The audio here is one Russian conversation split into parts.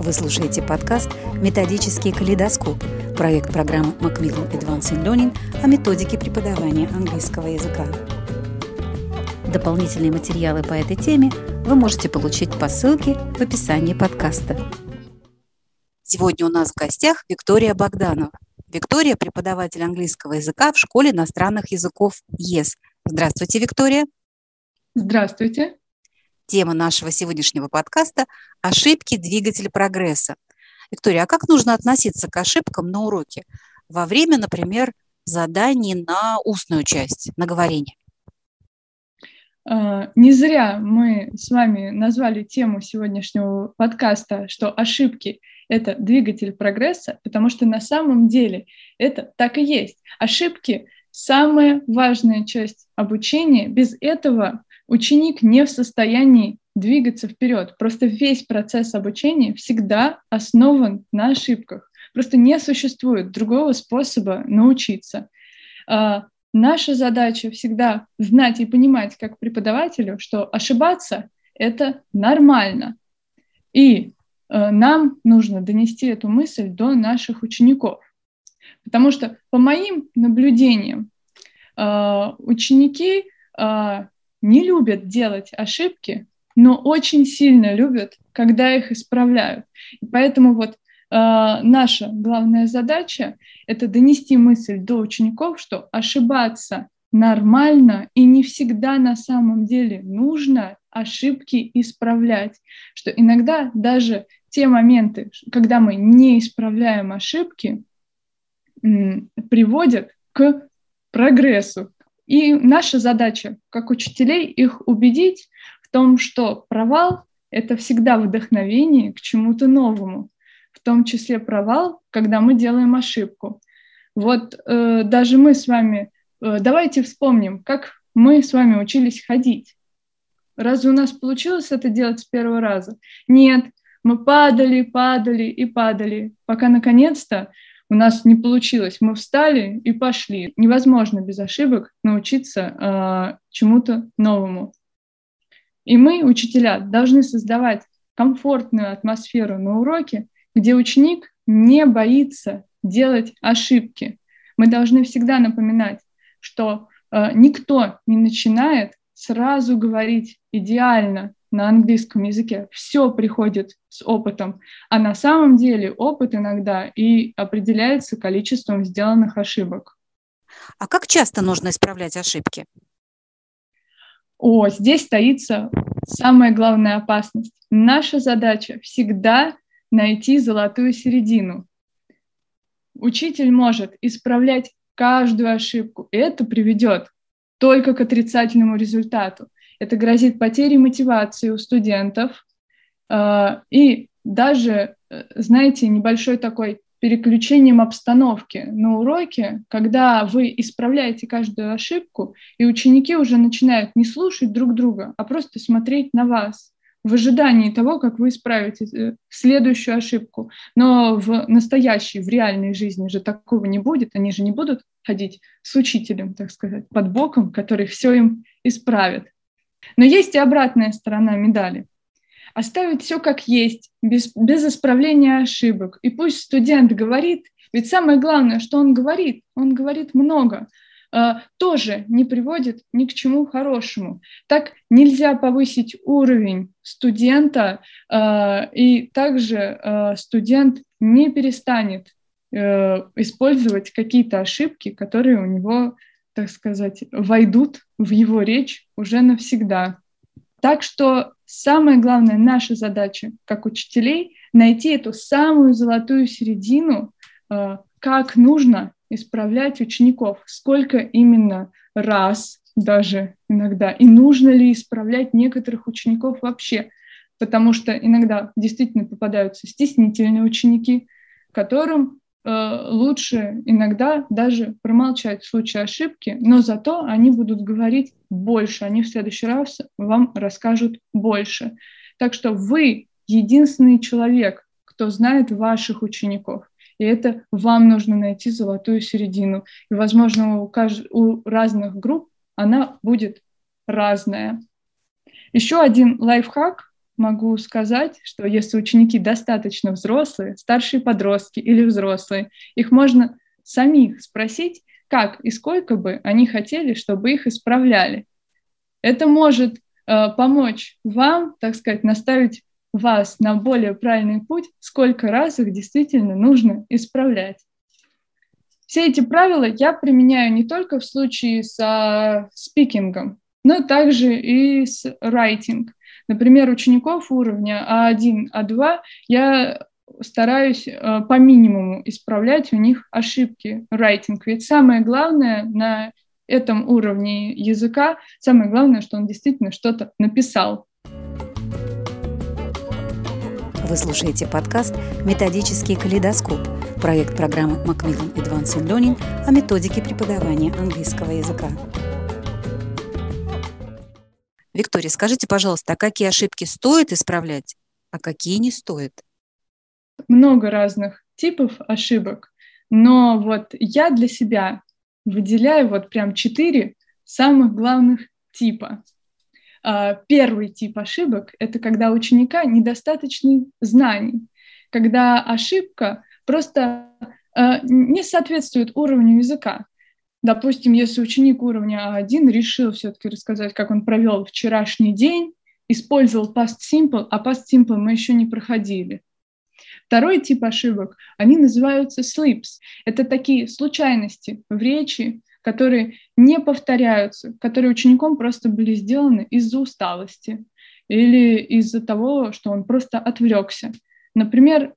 Вы слушаете подкаст «Методический калейдоскоп», проект программы Macmillan Advanced Learning о методике преподавания английского языка. Дополнительные материалы по этой теме вы можете получить по ссылке в описании подкаста. Сегодня у нас в гостях Виктория Богданова. Виктория – преподаватель английского языка в школе иностранных языков ЕС. Здравствуйте, Виктория. Здравствуйте. Тема нашего сегодняшнего подкаста – ошибки двигателя прогресса. Виктория, а как нужно относиться к ошибкам на уроке во время, например, заданий на устную часть, на говорение? Не зря мы с вами назвали тему сегодняшнего подкаста, что ошибки – это двигатель прогресса, потому что на самом деле это так и есть. Ошибки – самая важная часть обучения. Без этого ученик не в состоянии двигаться вперед. Просто весь процесс обучения всегда основан на ошибках. Просто не существует другого способа научиться. Наша задача всегда знать и понимать как преподавателю, что ошибаться – это нормально. И нам нужно донести эту мысль до наших учеников. Потому что, по моим наблюдениям, ученики не любят делать ошибки, но очень сильно любят, когда их исправляют. И поэтому наша главная задача – это донести мысль до учеников, что ошибаться нормально и не всегда на самом деле нужно ошибки исправлять. Что иногда даже те моменты, когда мы не исправляем ошибки, приводят к прогрессу. И наша задача, как учителей, их убедить в том, что провал – это всегда вдохновение к чему-то новому, в том числе провал, когда мы делаем ошибку. Даже мы с вами, давайте вспомним, как мы с вами учились ходить. Разве у нас получилось это делать с первого раза? Нет, мы падали, пока наконец-то у нас не получилось. Мы встали и пошли. Невозможно без ошибок научиться чему-то новому. И мы, учителя, должны создавать комфортную атмосферу на уроке, где ученик не боится делать ошибки. Мы должны всегда напоминать, что никто не начинает сразу говорить идеально на английском языке. Все приходит с опытом. А на самом деле опыт иногда и определяется количеством сделанных ошибок. А как часто нужно исправлять ошибки? Здесь таится самая главная опасность. Наша задача всегда найти золотую середину. Учитель может исправлять каждую ошибку, и это приведет только к отрицательному результату. Это грозит потерей мотивации у студентов и даже, знаете, небольшой такой переключением обстановки на уроке, когда вы исправляете каждую ошибку, и ученики уже начинают не слушать друг друга, а просто смотреть на вас в ожидании того, как вы исправите следующую ошибку. Но в настоящей, в реальной жизни же такого не будет. Они же не будут ходить с учителем, так сказать, под боком, который все им исправит. Но есть и обратная сторона медали. Оставить все как есть, без исправления ошибок. И пусть студент говорит, ведь самое главное, что он говорит много, тоже не приводит ни к чему хорошему. Так нельзя повысить уровень студента, и также студент не перестанет использовать какие-то ошибки, которые у него, так сказать, войдут в его речь уже навсегда. Так что самая главная наша задача, как учителей, найти эту самую золотую середину, как нужно исправлять учеников, сколько именно раз даже иногда, и нужно ли исправлять некоторых учеников вообще, потому что иногда действительно попадаются стеснительные ученики, которым лучше иногда даже промолчать в случае ошибки, но зато они будут говорить больше, они в следующий раз вам расскажут больше. Так что вы единственный человек, кто знает ваших учеников, и это вам нужно найти золотую середину. И, возможно, у разных групп она будет разная. Еще один лайфхак могу сказать, что если ученики достаточно взрослые, старшие подростки или взрослые, их можно самих спросить, как и сколько бы они хотели, чтобы их исправляли. Это может помочь вам, так сказать, наставить вас на более правильный путь, сколько раз их действительно нужно исправлять. Все эти правила я применяю не только в случае с спикингом, но также и с writing. Например, учеников уровня А1, А2 я стараюсь по минимуму исправлять у них ошибки writing. Ведь самое главное на этом уровне языка, самое главное, что он действительно что-то написал. Вы слушаете подкаст «Методический калейдоскоп», проект программы Macmillan Advanced Learning о методике преподавания английского языка. Виктория, скажите, пожалуйста, а какие ошибки стоит исправлять, а какие не стоит? Много разных типов ошибок, но вот я для себя выделяю вот прям 4 самых главных типа. Первый тип ошибок – это когда у ученика недостаточно знаний, когда ошибка просто не соответствует уровню языка. Допустим, если ученик уровня А1 решил все-таки рассказать, как он провел вчерашний день, использовал past simple, а past simple мы еще не проходили. Второй тип ошибок, они называются slips. Это такие случайности в речи, которые не повторяются, которые учеником просто были сделаны из-за усталости или из-за того, что он просто отвлекся. Например,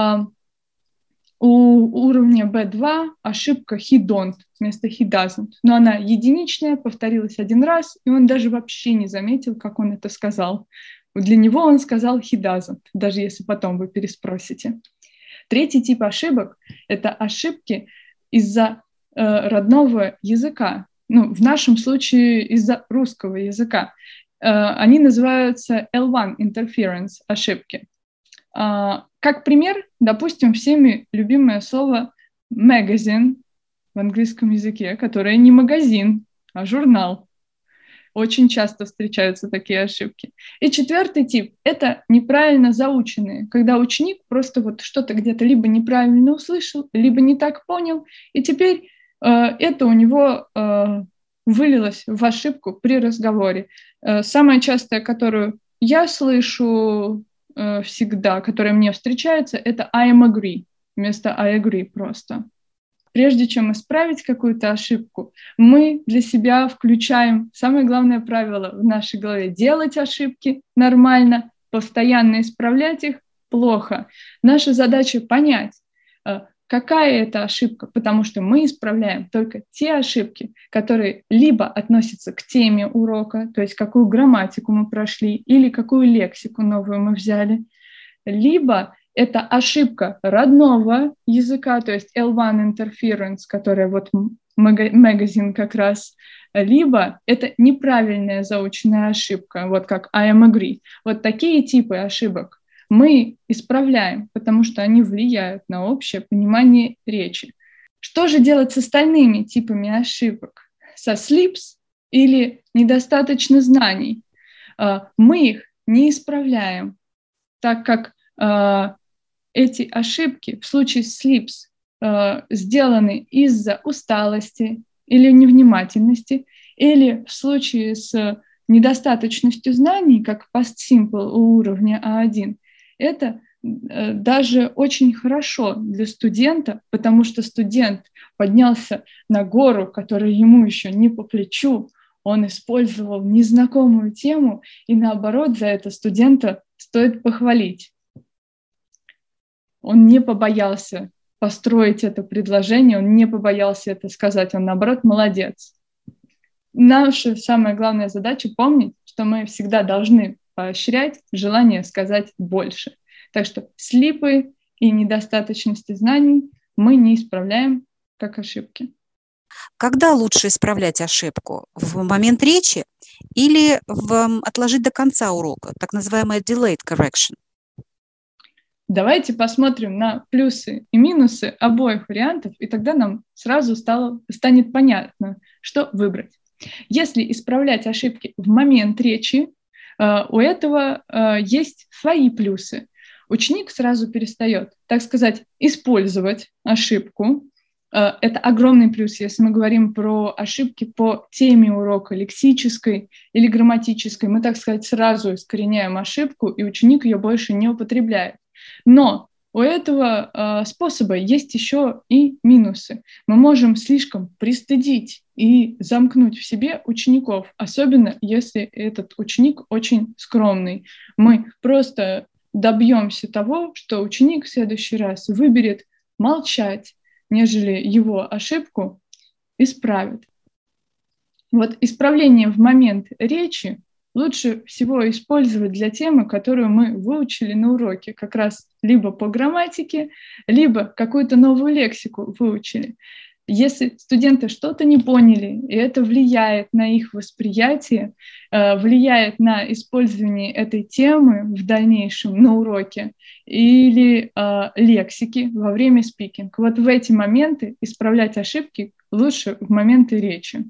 у уровня B2 ошибка he don't вместо he doesn't, но она единичная, повторилась один раз, и он даже вообще не заметил, как он это сказал. Для него он сказал he doesn't, даже если потом вы переспросите. Третий тип ошибок – это ошибки из-за родного языка, в нашем случае из-за русского языка. Они называются L1 interference ошибки. Как пример, допустим, всеми любимое слово magazine в английском языке, которое не магазин, а журнал. Очень часто встречаются такие ошибки. И четвертый тип – это неправильно заученные, когда ученик просто вот что-то где-то либо неправильно услышал, либо не так понял, и теперь это у него вылилось в ошибку при разговоре. Самая частая, которую я слышу всегда, которая мне встречается, это I am agree вместо I agree просто. Прежде чем исправить какую-то ошибку, мы для себя включаем самое главное правило в нашей голове – делать ошибки нормально, постоянно исправлять их плохо. Наша задача понять, какая это ошибка, потому что мы исправляем только те ошибки, которые либо относятся к теме урока, то есть какую грамматику мы прошли или какую лексику новую мы взяли, либо это ошибка родного языка, то есть L1 interference, которая вот magazine как раз, либо это неправильная заученная ошибка, вот как I am agree. Вот такие типы ошибок мы исправляем, потому что они влияют на общее понимание речи. Что же делать с остальными типами ошибок? Со slips или недостаточно знаний? Мы их не исправляем, так как эти ошибки в случае с slips сделаны из-за усталости или невнимательности, или в случае с недостаточностью знаний, как past simple у уровня А1, это даже очень хорошо для студента, потому что студент поднялся на гору, которая ему еще не по плечу, он использовал незнакомую тему, и наоборот, за это студента стоит похвалить. Он не побоялся построить это предложение, он не побоялся это сказать, он, наоборот, молодец. Наша самая главная задача – помнить, что мы всегда должны поощрять желание сказать больше. Так что слипы и недостаточности знаний мы не исправляем как ошибки. Когда лучше исправлять ошибку? В момент речи или отложить до конца урока, так называемая delayed correction? Давайте посмотрим на плюсы и минусы обоих вариантов, и тогда нам сразу станет понятно, что выбрать. Если исправлять ошибки в момент речи, у этого есть свои плюсы. Ученик сразу перестает, так сказать, использовать ошибку. Это огромный плюс, если мы говорим про ошибки по теме урока, лексической или грамматической. Мы, так сказать, сразу искореняем ошибку, и ученик ее больше не употребляет. Но у этого способа есть еще и минусы. Мы можем слишком пристыдить и замкнуть в себе учеников, особенно если этот ученик очень скромный. Мы просто добьемся того, что ученик в следующий раз выберет молчать, нежели его ошибку исправит. Вот исправление в момент речи лучше всего использовать для темы, которую мы выучили на уроке, как раз либо по грамматике, либо какую-то новую лексику выучили. Если студенты что-то не поняли, и это влияет на их восприятие, влияет на использование этой темы в дальнейшем на уроке или лексики во время спикинг, вот в эти моменты исправлять ошибки лучше в моменты речи.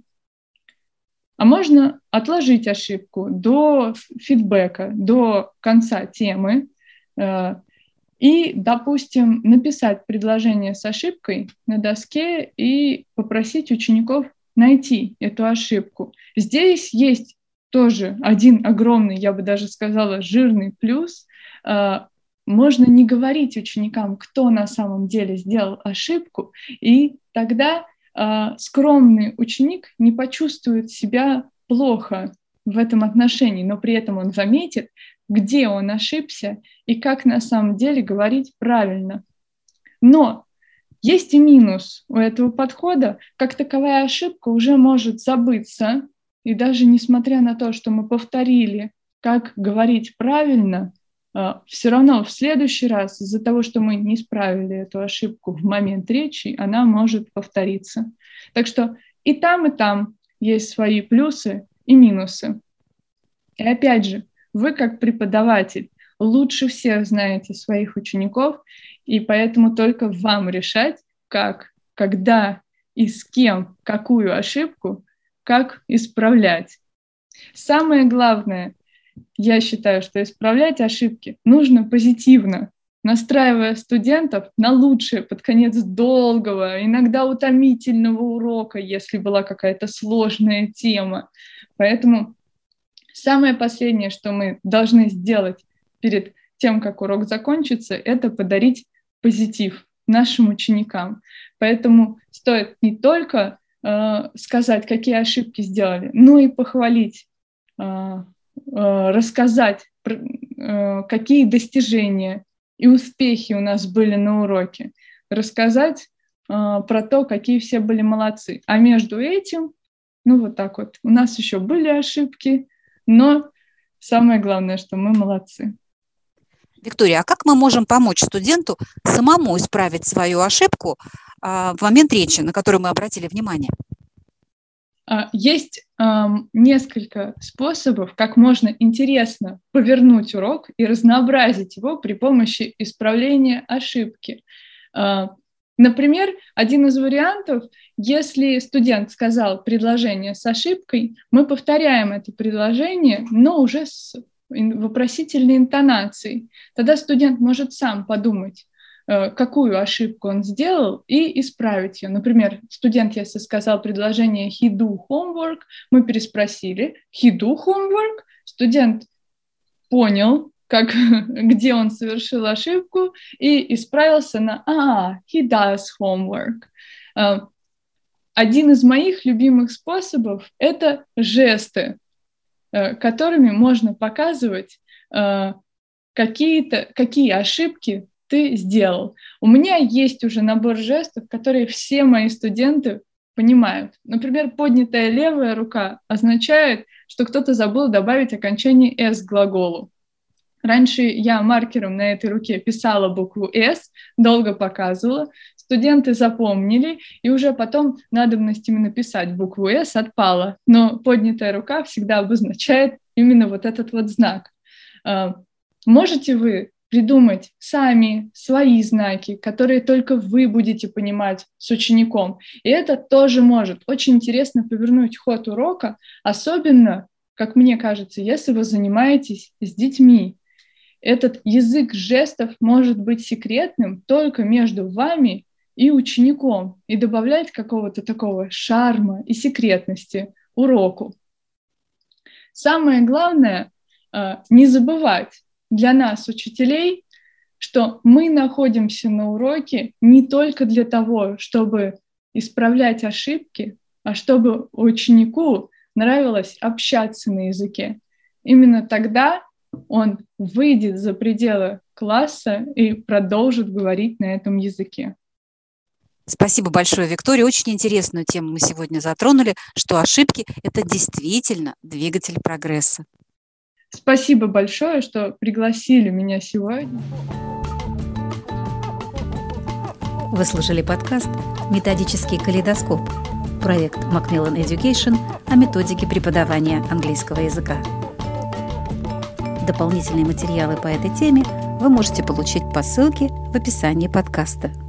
А можно отложить ошибку до фидбэка, до конца темы, и, допустим, написать предложение с ошибкой на доске и попросить учеников найти эту ошибку. Здесь есть тоже один огромный, я бы даже сказала, жирный плюс. Можно не говорить ученикам, кто на самом деле сделал ошибку, и тогда скромный ученик не почувствует себя плохо в этом отношении, но при этом он заметит, где он ошибся и как на самом деле говорить правильно. Но есть и минус у этого подхода. Как таковая ошибка уже может забыться, и даже несмотря на то, что мы повторили, как говорить правильно, все равно в следующий раз из-за того, что мы не исправили эту ошибку в момент речи, она может повториться. Так что и там есть свои плюсы и минусы. И опять же, вы, как преподаватель, лучше всех знаете своих учеников, и поэтому только вам решать, как, когда и с кем какую ошибку, как исправлять. Самое главное, я считаю, что исправлять ошибки нужно позитивно, настраивая студентов на лучшее под конец долгого, иногда утомительного урока, если была какая-то сложная тема. Поэтому самое последнее, что мы должны сделать перед тем, как урок закончится, это подарить позитив нашим ученикам. Поэтому стоит не только сказать, какие ошибки сделали, но и похвалить, рассказать, какие достижения и успехи у нас были на уроке, рассказать про то, какие все были молодцы. А между этим, вот так вот, у нас еще были ошибки, но самое главное, что мы молодцы. Виктория, а как мы можем помочь студенту самому исправить свою ошибку в момент речи, на которую мы обратили внимание? Есть несколько способов, как можно интересно повернуть урок и разнообразить его при помощи исправления ошибки. Например, один из вариантов, если студент сказал предложение с ошибкой, мы повторяем это предложение, но уже с вопросительной интонацией. Тогда студент может сам подумать, какую ошибку он сделал, и исправить ее. Например, студент, если сказал предложение «he do homework», мы переспросили «he do homework», студент понял, где он совершил ошибку, и исправился на «he does homework». Один из моих любимых способов – это жесты, которыми можно показывать, какие ошибки ты сделал. У меня есть уже набор жестов, которые все мои студенты понимают. Например, поднятая левая рука означает, что кто-то забыл добавить окончание «с» к глаголу. Раньше я маркером на этой руке писала букву «с», долго показывала, студенты запомнили, и уже потом надобность именно писать букву «с» отпала. Но поднятая рука всегда обозначает именно вот этот вот знак. Можете вы придумать сами свои знаки, которые только вы будете понимать с учеником. И это тоже может очень интересно повернуть ход урока, особенно как мне кажется, если вы занимаетесь с детьми, этот язык жестов может быть секретным только между вами и учеником и добавлять какого-то такого шарма и секретности уроку. Самое главное не забывать для нас, учителей, что мы находимся на уроке не только для того, чтобы исправлять ошибки, а чтобы ученику нравилось общаться на языке. Именно тогда он выйдет за пределы класса и продолжит говорить на этом языке. Спасибо большое, Виктория. Очень интересную тему мы сегодня затронули, что ошибки – это действительно двигатель прогресса. Спасибо большое, что пригласили меня сегодня. Вы слушали подкаст «Методический калейдоскоп», проект Macmillan Education о методике преподавания английского языка. Дополнительные материалы по этой теме вы можете получить по ссылке в описании подкаста.